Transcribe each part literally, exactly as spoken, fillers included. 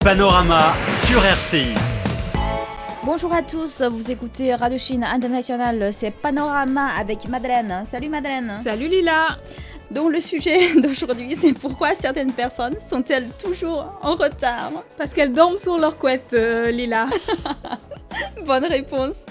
Panorama sur R C I. Bonjour à tous, vous écoutez Radio Chine International, c'est Panorama avec Madeleine. Salut Madeleine. Salut Lila. Donc le sujet d'aujourd'hui, c'est pourquoi certaines personnes sont-elles toujours en retard? Parce qu'elles dorment sur leur couette, euh, Lila. Bonne réponse.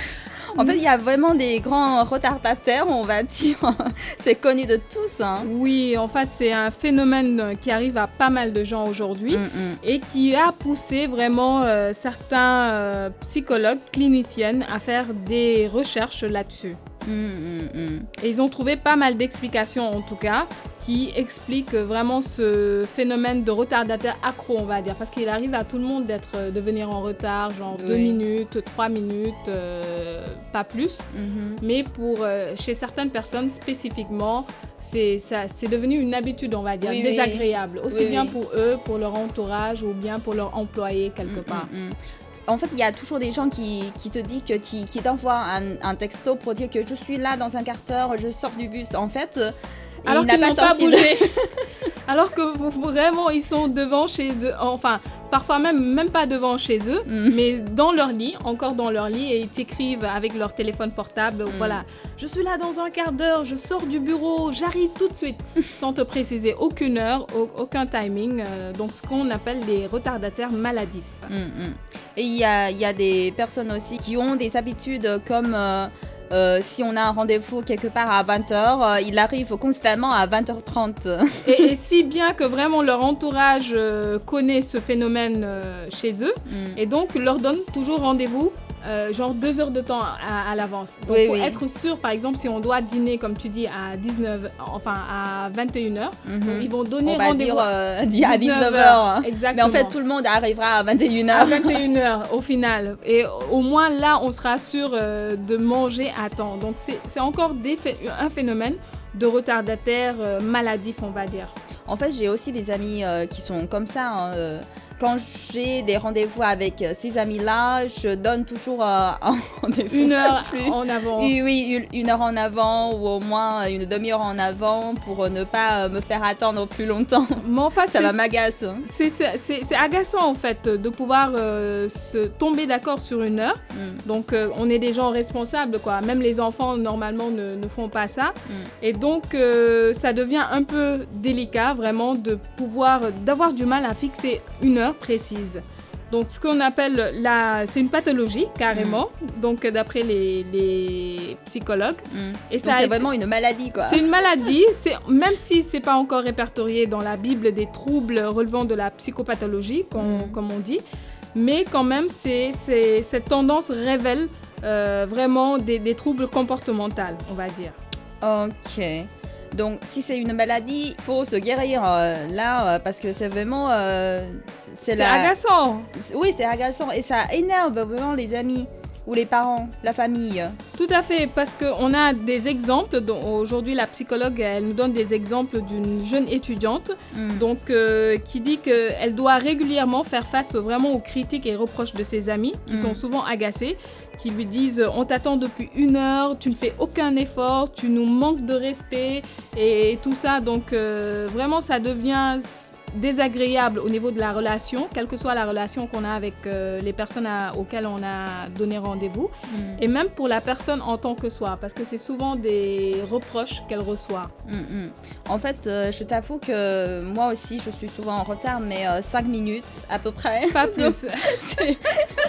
En fait, il y a vraiment des grands retardataires, on va dire. C'est connu de tous. Hein. Oui, en fait, c'est un phénomène qui arrive à pas mal de gens aujourd'hui Mm-mm. et qui a poussé vraiment euh, certains euh, psychologues, cliniciennes à faire des recherches là-dessus. Mm, mm, mm. Et ils ont trouvé pas mal d'explications, en tout cas, qui expliquent vraiment ce phénomène de retardataire accro, on va dire. Parce qu'il arrive à tout le monde d'être, de venir en retard, genre Oui. deux minutes, trois minutes, euh, pas plus. Mhm. Mais pour, euh, chez certaines personnes spécifiquement, c'est, ça, c'est devenu une habitude, on va dire, Oui, oui. désagréable. Aussi Oui, bien oui. pour eux, pour leur entourage ou bien pour leur employé quelque Mm, part. mm, mm. En fait, il y a toujours des gens qui, qui te disent que qui, qui t'envoient un, un texto pour dire que je suis là dans un quart d'heure, je sors du bus. En fait, euh, Alors il qu'ils n'a n'ont pas pas sorti de- bougé. Alors que vous- vraiment, ils sont devant chez eux. Enfin, parfois même, même pas devant chez eux, Mm. mais dans leur lit, encore dans leur lit, et ils t'écrivent avec leur téléphone portable, Mm. voilà, je suis là dans un quart d'heure, je sors du bureau, j'arrive tout de suite, sans te préciser aucune heure, au- aucun timing. euh, donc, ce qu'on appelle les retardataires maladifs. Mm, mm. Et il y a, il y a des personnes aussi qui ont des habitudes comme euh, euh, si on a un rendez-vous quelque part à vingt heures, euh, il arrive constamment à vingt heures trente. Et, et si bien que vraiment leur entourage euh, connaît ce phénomène euh, chez eux, Mm. et donc leur donne toujours rendez-vous, euh, genre deux heures de temps à, à l'avance. Donc Oui, pour oui. être sûr, par exemple, si on doit dîner, comme tu dis, à dix-neuf, enfin à vingt et une heures, Mhm. ils vont donner On va rendez-vous dire euh, à dix-neuf dix-neuf heures. Mais Exactement. en fait, tout le monde arrivera à vingt et une à heures. vingt et une heures au final. Et au moins là, on sera sûr euh, de manger à temps. Donc c'est c'est encore des phé- un phénomène de retardataire euh, maladif, on va dire. En fait, j'ai aussi des amis euh, qui sont comme ça. Hein, euh, Quand j'ai des rendez-vous avec euh, ces amis-là, je donne toujours euh, un rendez-vous. Une heure plus. en avant. Oui, oui, une- une heure en avant ou au moins une demi-heure en avant pour ne pas euh, me faire attendre plus longtemps. Mais enfin, Ça c'est- va m'agacer. C'est c'est- c'est- c'est agaçant en fait de pouvoir euh, se tomber d'accord sur une heure. Mm, Donc euh, on est des gens responsables quoi. Même les enfants normalement ne, ne font pas ça. mm. Et donc euh, ça devient un peu délicat vraiment de pouvoir d'avoir du mal à fixer une heure précise. Donc ce qu'on appelle la c'est une pathologie carrément. Donc d'après les, les psychologues. Mm. Et Donc ça a c'est été- vraiment une maladie, quoi. c'est une maladie, c'est, même si ce n'est pas encore répertorié dans la Bible des troubles relevant de la psychopathologie, comme, Mm. comme on dit, mais quand même, c'est, c'est- cette tendance révèle euh, vraiment des, des troubles comportementaux, on va dire. Ok. Donc, si c'est une maladie, il faut se guérir euh, là, euh, parce que c'est vraiment... euh, C'est, la... agaçant. Oui, c'est agaçant et ça énerve vraiment les amis ou les parents, la famille. Tout à fait, parce qu'on a des exemples. dont aujourd'hui, la psychologue, elle nous donne des exemples d'une jeune étudiante Mm. donc, euh, qui dit qu'elle doit régulièrement faire face vraiment aux critiques et reproches de ses amis, qui Mm. sont souvent agacés, qui lui disent « on t'attend depuis une heure, tu ne fais aucun effort, tu nous manques de respect » et tout ça. Donc, euh, vraiment, ça devient désagréable au niveau de la relation, quelle que soit la relation qu'on a avec euh, les personnes à- auxquelles on a donné rendez-vous, Mm. et même pour la personne en tant que soi, parce que c'est souvent des reproches qu'elle reçoit. Mm, mm. En fait, euh, je t'avoue que moi aussi, je suis souvent en retard, mais cinq minutes à peu près. Pas plus. C'est-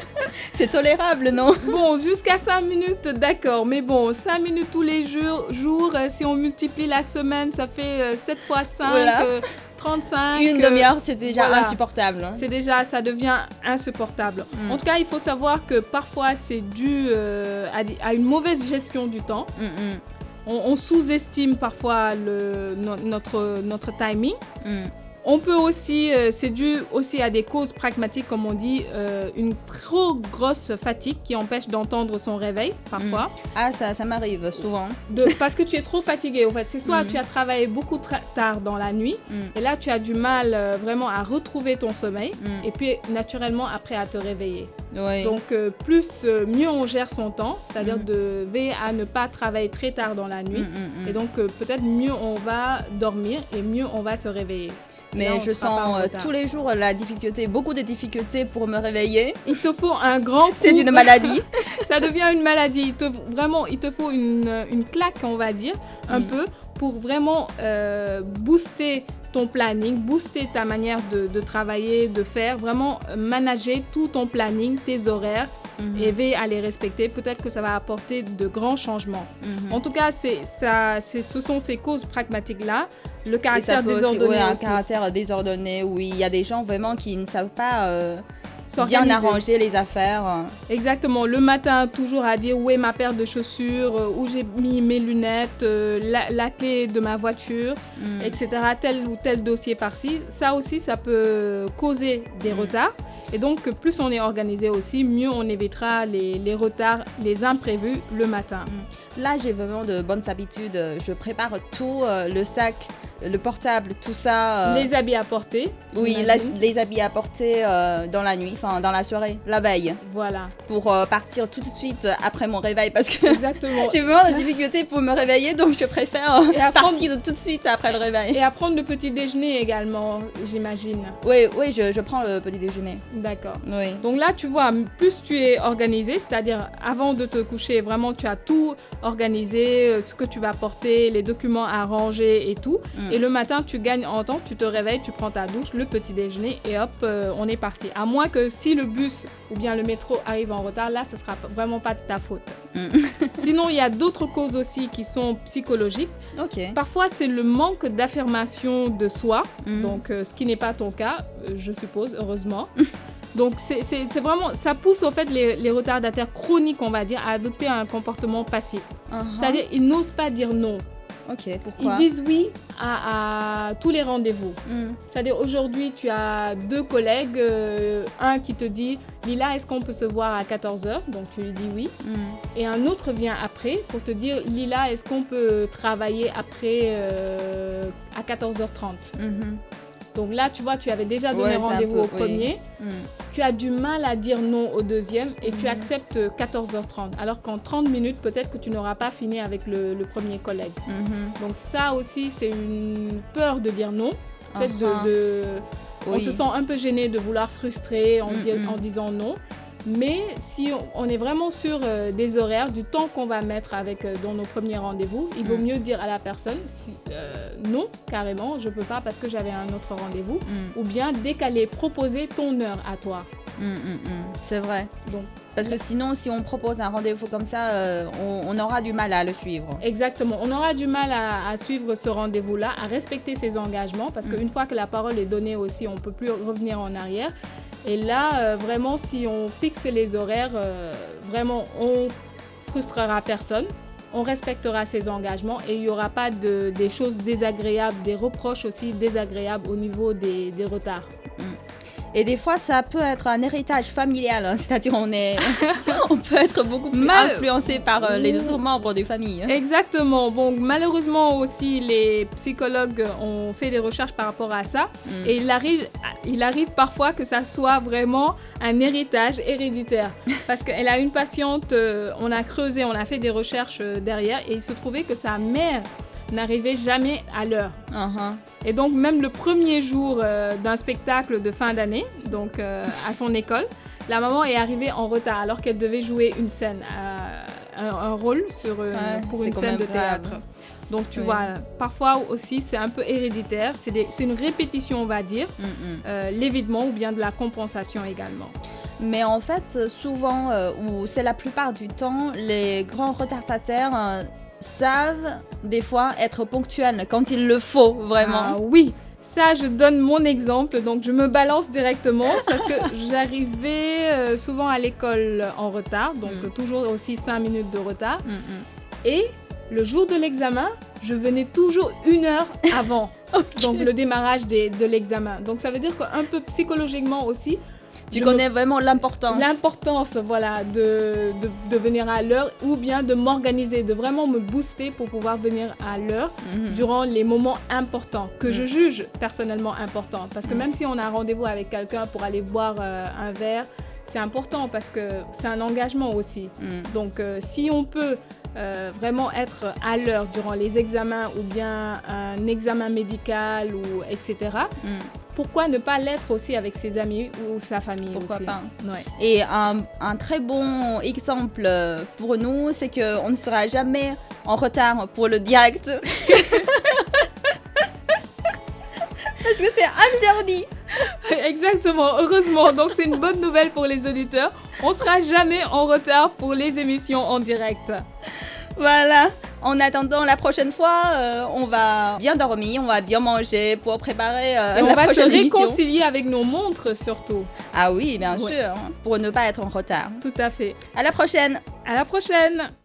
C'est tolérable, non? Bon, jusqu'à cinq minutes, d'accord. Mais bon, cinq minutes tous les jours, jours euh, si on multiplie la semaine, ça fait euh, sept fois cinq, Voilà. euh, trente-cinq. Une euh, demi-heure, c'est déjà voilà. insupportable. hein. C'est déjà, ça devient insupportable. Mm. En tout cas, il faut savoir que parfois, c'est dû euh, à, des- à une mauvaise gestion du temps. Mm, mm, On, on sous-estime parfois le, no- notre, notre timing. mm. On peut aussi, euh, c'est dû aussi à des causes pragmatiques, comme on dit, euh, une trop grosse fatigue qui empêche d'entendre son réveil, parfois. Ah, ça, ça m'arrive souvent. De, parce que tu es trop fatigué, en fait. C'est soit Mm. tu as travaillé beaucoup tra- tard dans la nuit, Mm, et là, tu as du mal euh, vraiment à retrouver ton sommeil, mm. et puis naturellement, après, à te réveiller. Oui. Donc, euh, plus, euh, mieux on gère son temps, c'est-à-dire Mm. de veiller à ne pas travailler très tard dans la nuit. Mm, mm, mm. Et donc, euh, peut-être mieux on va dormir et mieux on va se réveiller. Mais Là, on je sera pas en sens euh, retard. tous les jours la difficulté, beaucoup de difficultés pour me réveiller. Il te faut un grand coup. C'est une maladie. Ça devient une maladie. Il te, vraiment, il te faut une, une claque, on va dire, un Mm. peu, pour vraiment euh, booster ton planning, booster ta manière de, de travailler, de faire, vraiment euh, manager tout ton planning, tes horaires, Mhm. et veiller à les respecter. Peut-être que ça va apporter de grands changements. Mhm. En tout cas, c'est, ça, c'est, ce sont ces causes pragmatiques-là. Le Et ça caractère peut aussi, désordonné ouais, un aussi. caractère désordonné, oui. Il y a des gens vraiment qui ne savent pas euh, S'organiser. bien arranger les affaires. Exactement. Le matin, toujours à dire où est ma paire de chaussures, euh, où j'ai mis mes lunettes, euh, la, la clé de ma voiture, Mm. et cetera. Tel ou tel dossier par-ci. Ça aussi, ça peut causer des Mm. retards. Et donc, plus on est organisé aussi, mieux on évitera les, les retards, les imprévus le matin. Là, j'ai vraiment de bonnes habitudes. Je prépare tout, euh, le sac, le portable, tout ça. euh, Les habits à porter. Oui, la- j'imagine. les habits à porter euh, dans la nuit, enfin dans la soirée, la veille, Voilà, pour euh, partir tout de suite après mon réveil parce que exactement. j'ai vraiment de difficultés pour me réveiller, donc je préfère euh, Et apprendre- partir tout de suite après le réveil. Et à prendre le petit déjeuner également, j'imagine. Oui, oui, je, je prends le petit déjeuner. D'accord. Oui. Donc là, tu vois, plus tu es organisé, c'est-à-dire avant de te coucher, vraiment tu as tout organisé, euh, ce que tu vas porter, les documents à ranger et tout. Mm. Et le matin, tu gagnes en temps, tu te réveilles, tu prends ta douche, le petit déjeuner et hop, euh, on est parti. À moins que si le bus ou bien le métro arrive en retard, là, ce sera p- vraiment pas de ta faute. Mm. Sinon, il y a d'autres causes aussi qui sont psychologiques. Ok. Parfois, c'est le manque d'affirmation de soi. Mm. Donc, euh, ce qui n'est pas ton cas, euh, je suppose, heureusement. Donc, c'est c'est- c'est vraiment, ça pousse en fait les, les retardataires chroniques, on va dire, à adopter un comportement passif. Uh-huh. C'est-à-dire, ils n'osent pas dire non. Ok, Ils pourquoi disent oui à, à tous les rendez-vous. Mm. C'est-à-dire, aujourd'hui, tu as deux collègues, euh, un qui te dit « Lila, est-ce qu'on peut se voir à quatorze heures ?» Donc, tu lui dis oui. Mm. Et un autre vient après pour te dire « Lila, est-ce qu'on peut travailler après euh, à quatorze heures trente ?» Mhm. Donc là, tu vois, tu avais déjà donné Ouais, c'est un rendez-vous peu- au oui. premier. Mm. Tu as du mal à dire non au deuxième et tu Mhm. acceptes quatorze heures trente. Alors qu'en trente minutes, peut-être que tu n'auras pas fini avec le, le premier collègue. Mhm. Donc ça aussi, c'est une peur de dire non. En fait, de, Uh-huh. de- On Oui. se sent un peu gêné de vouloir frustrer en, di- Mhm. en disant non. Mais si on, on est vraiment sur euh, des horaires, du temps qu'on va mettre avec, euh, dans nos premiers rendez-vous, il vaut Mm. mieux dire à la personne si, euh, non, carrément, je ne peux pas parce que j'avais un autre rendez-vous. Mm. Ou bien décaler, proposer ton heure à toi. Mm, mm, mm. C'est vrai. Donc, Parce que sinon, si on propose un rendez-vous comme ça, euh, on, on aura du mal à le suivre. exactement. On aura du mal à, à suivre ce rendez-vous-là, à respecter ses engagements, parce Mm. qu'une fois que la parole est donnée aussi, on ne peut plus revenir en arrière. Et là, euh, vraiment, si on fixe les horaires, euh, vraiment, on frustrera personne. On respectera ses engagements et il n'y aura pas de, des choses désagréables, des reproches aussi désagréables au niveau des, des retards. Et des fois, ça peut être un héritage familial, hein. C'est-à-dire on est, on peut être beaucoup plus Mal- influencé par euh, les autres membres des familles. hein. Exactement. Bon, malheureusement aussi, les psychologues ont fait des recherches par rapport à ça. Mm. Et il arrive, il arrive parfois que ça soit vraiment un héritage héréditaire. Parce qu'elle a une patiente, euh, on a creusé, on a fait des recherches euh, derrière et il se trouvait que sa mère n'arrivait jamais à l'heure. Uh-huh. Et donc même le premier jour euh, d'un spectacle de fin d'année, donc euh, à son école, la maman est arrivée en retard alors qu'elle devait jouer une scène, euh, un, un rôle sur, euh, Ouais, pour c'est une quand scène même de grave. théâtre. Donc tu Oui. vois, parfois aussi c'est un peu héréditaire, c'est des- c'est une répétition on va dire, Mm, mm. euh, l'évitement ou bien de la compensation également. Mais en fait, souvent, euh, ou c'est la plupart du temps, les grands retardataires euh, savent des fois être ponctuels quand il le faut, vraiment. Ah oui, ça je donne mon exemple, donc je me balance directement c'est parce que j'arrivais euh, souvent à l'école en retard, donc Mm. toujours aussi cinq minutes de retard. Mm, mm. Et le jour de l'examen, je venais toujours une heure avant, Ok. donc le démarrage des- de l'examen. Donc ça veut dire qu'un peu psychologiquement aussi, Tu je connais vraiment l'importance. l'importance voilà, de, de, de venir à l'heure ou bien de m'organiser, de vraiment me booster pour pouvoir venir à l'heure Mhm. durant les moments importants, que je Mm. juge personnellement importants. Parce que Mm. même si on a un rendez-vous avec quelqu'un pour aller boire euh, un verre, c'est important parce que c'est un engagement aussi. Mm. Donc, euh, si on peut euh, vraiment être à l'heure durant les examens ou bien un examen médical, ou et cetera, Mm. pourquoi ne pas l'être aussi avec ses amis ou sa famille Pourquoi aussi. pas. Ouais. Et un, un très bon exemple pour nous, c'est qu'on ne sera jamais en retard pour le direct. Parce que c'est interdit. Exactement, heureusement. Donc, c'est une bonne nouvelle pour les auditeurs. On ne sera jamais en retard pour les émissions en direct. Voilà. En attendant la prochaine fois, euh, on va bien dormir, on va bien manger pour préparer euh, Et la on va se prochaine émission. réconcilier avec nos montres surtout. Ah oui, bien Ouais. sûr, pour ne pas être en retard. Tout à fait. À la prochaine. À la prochaine.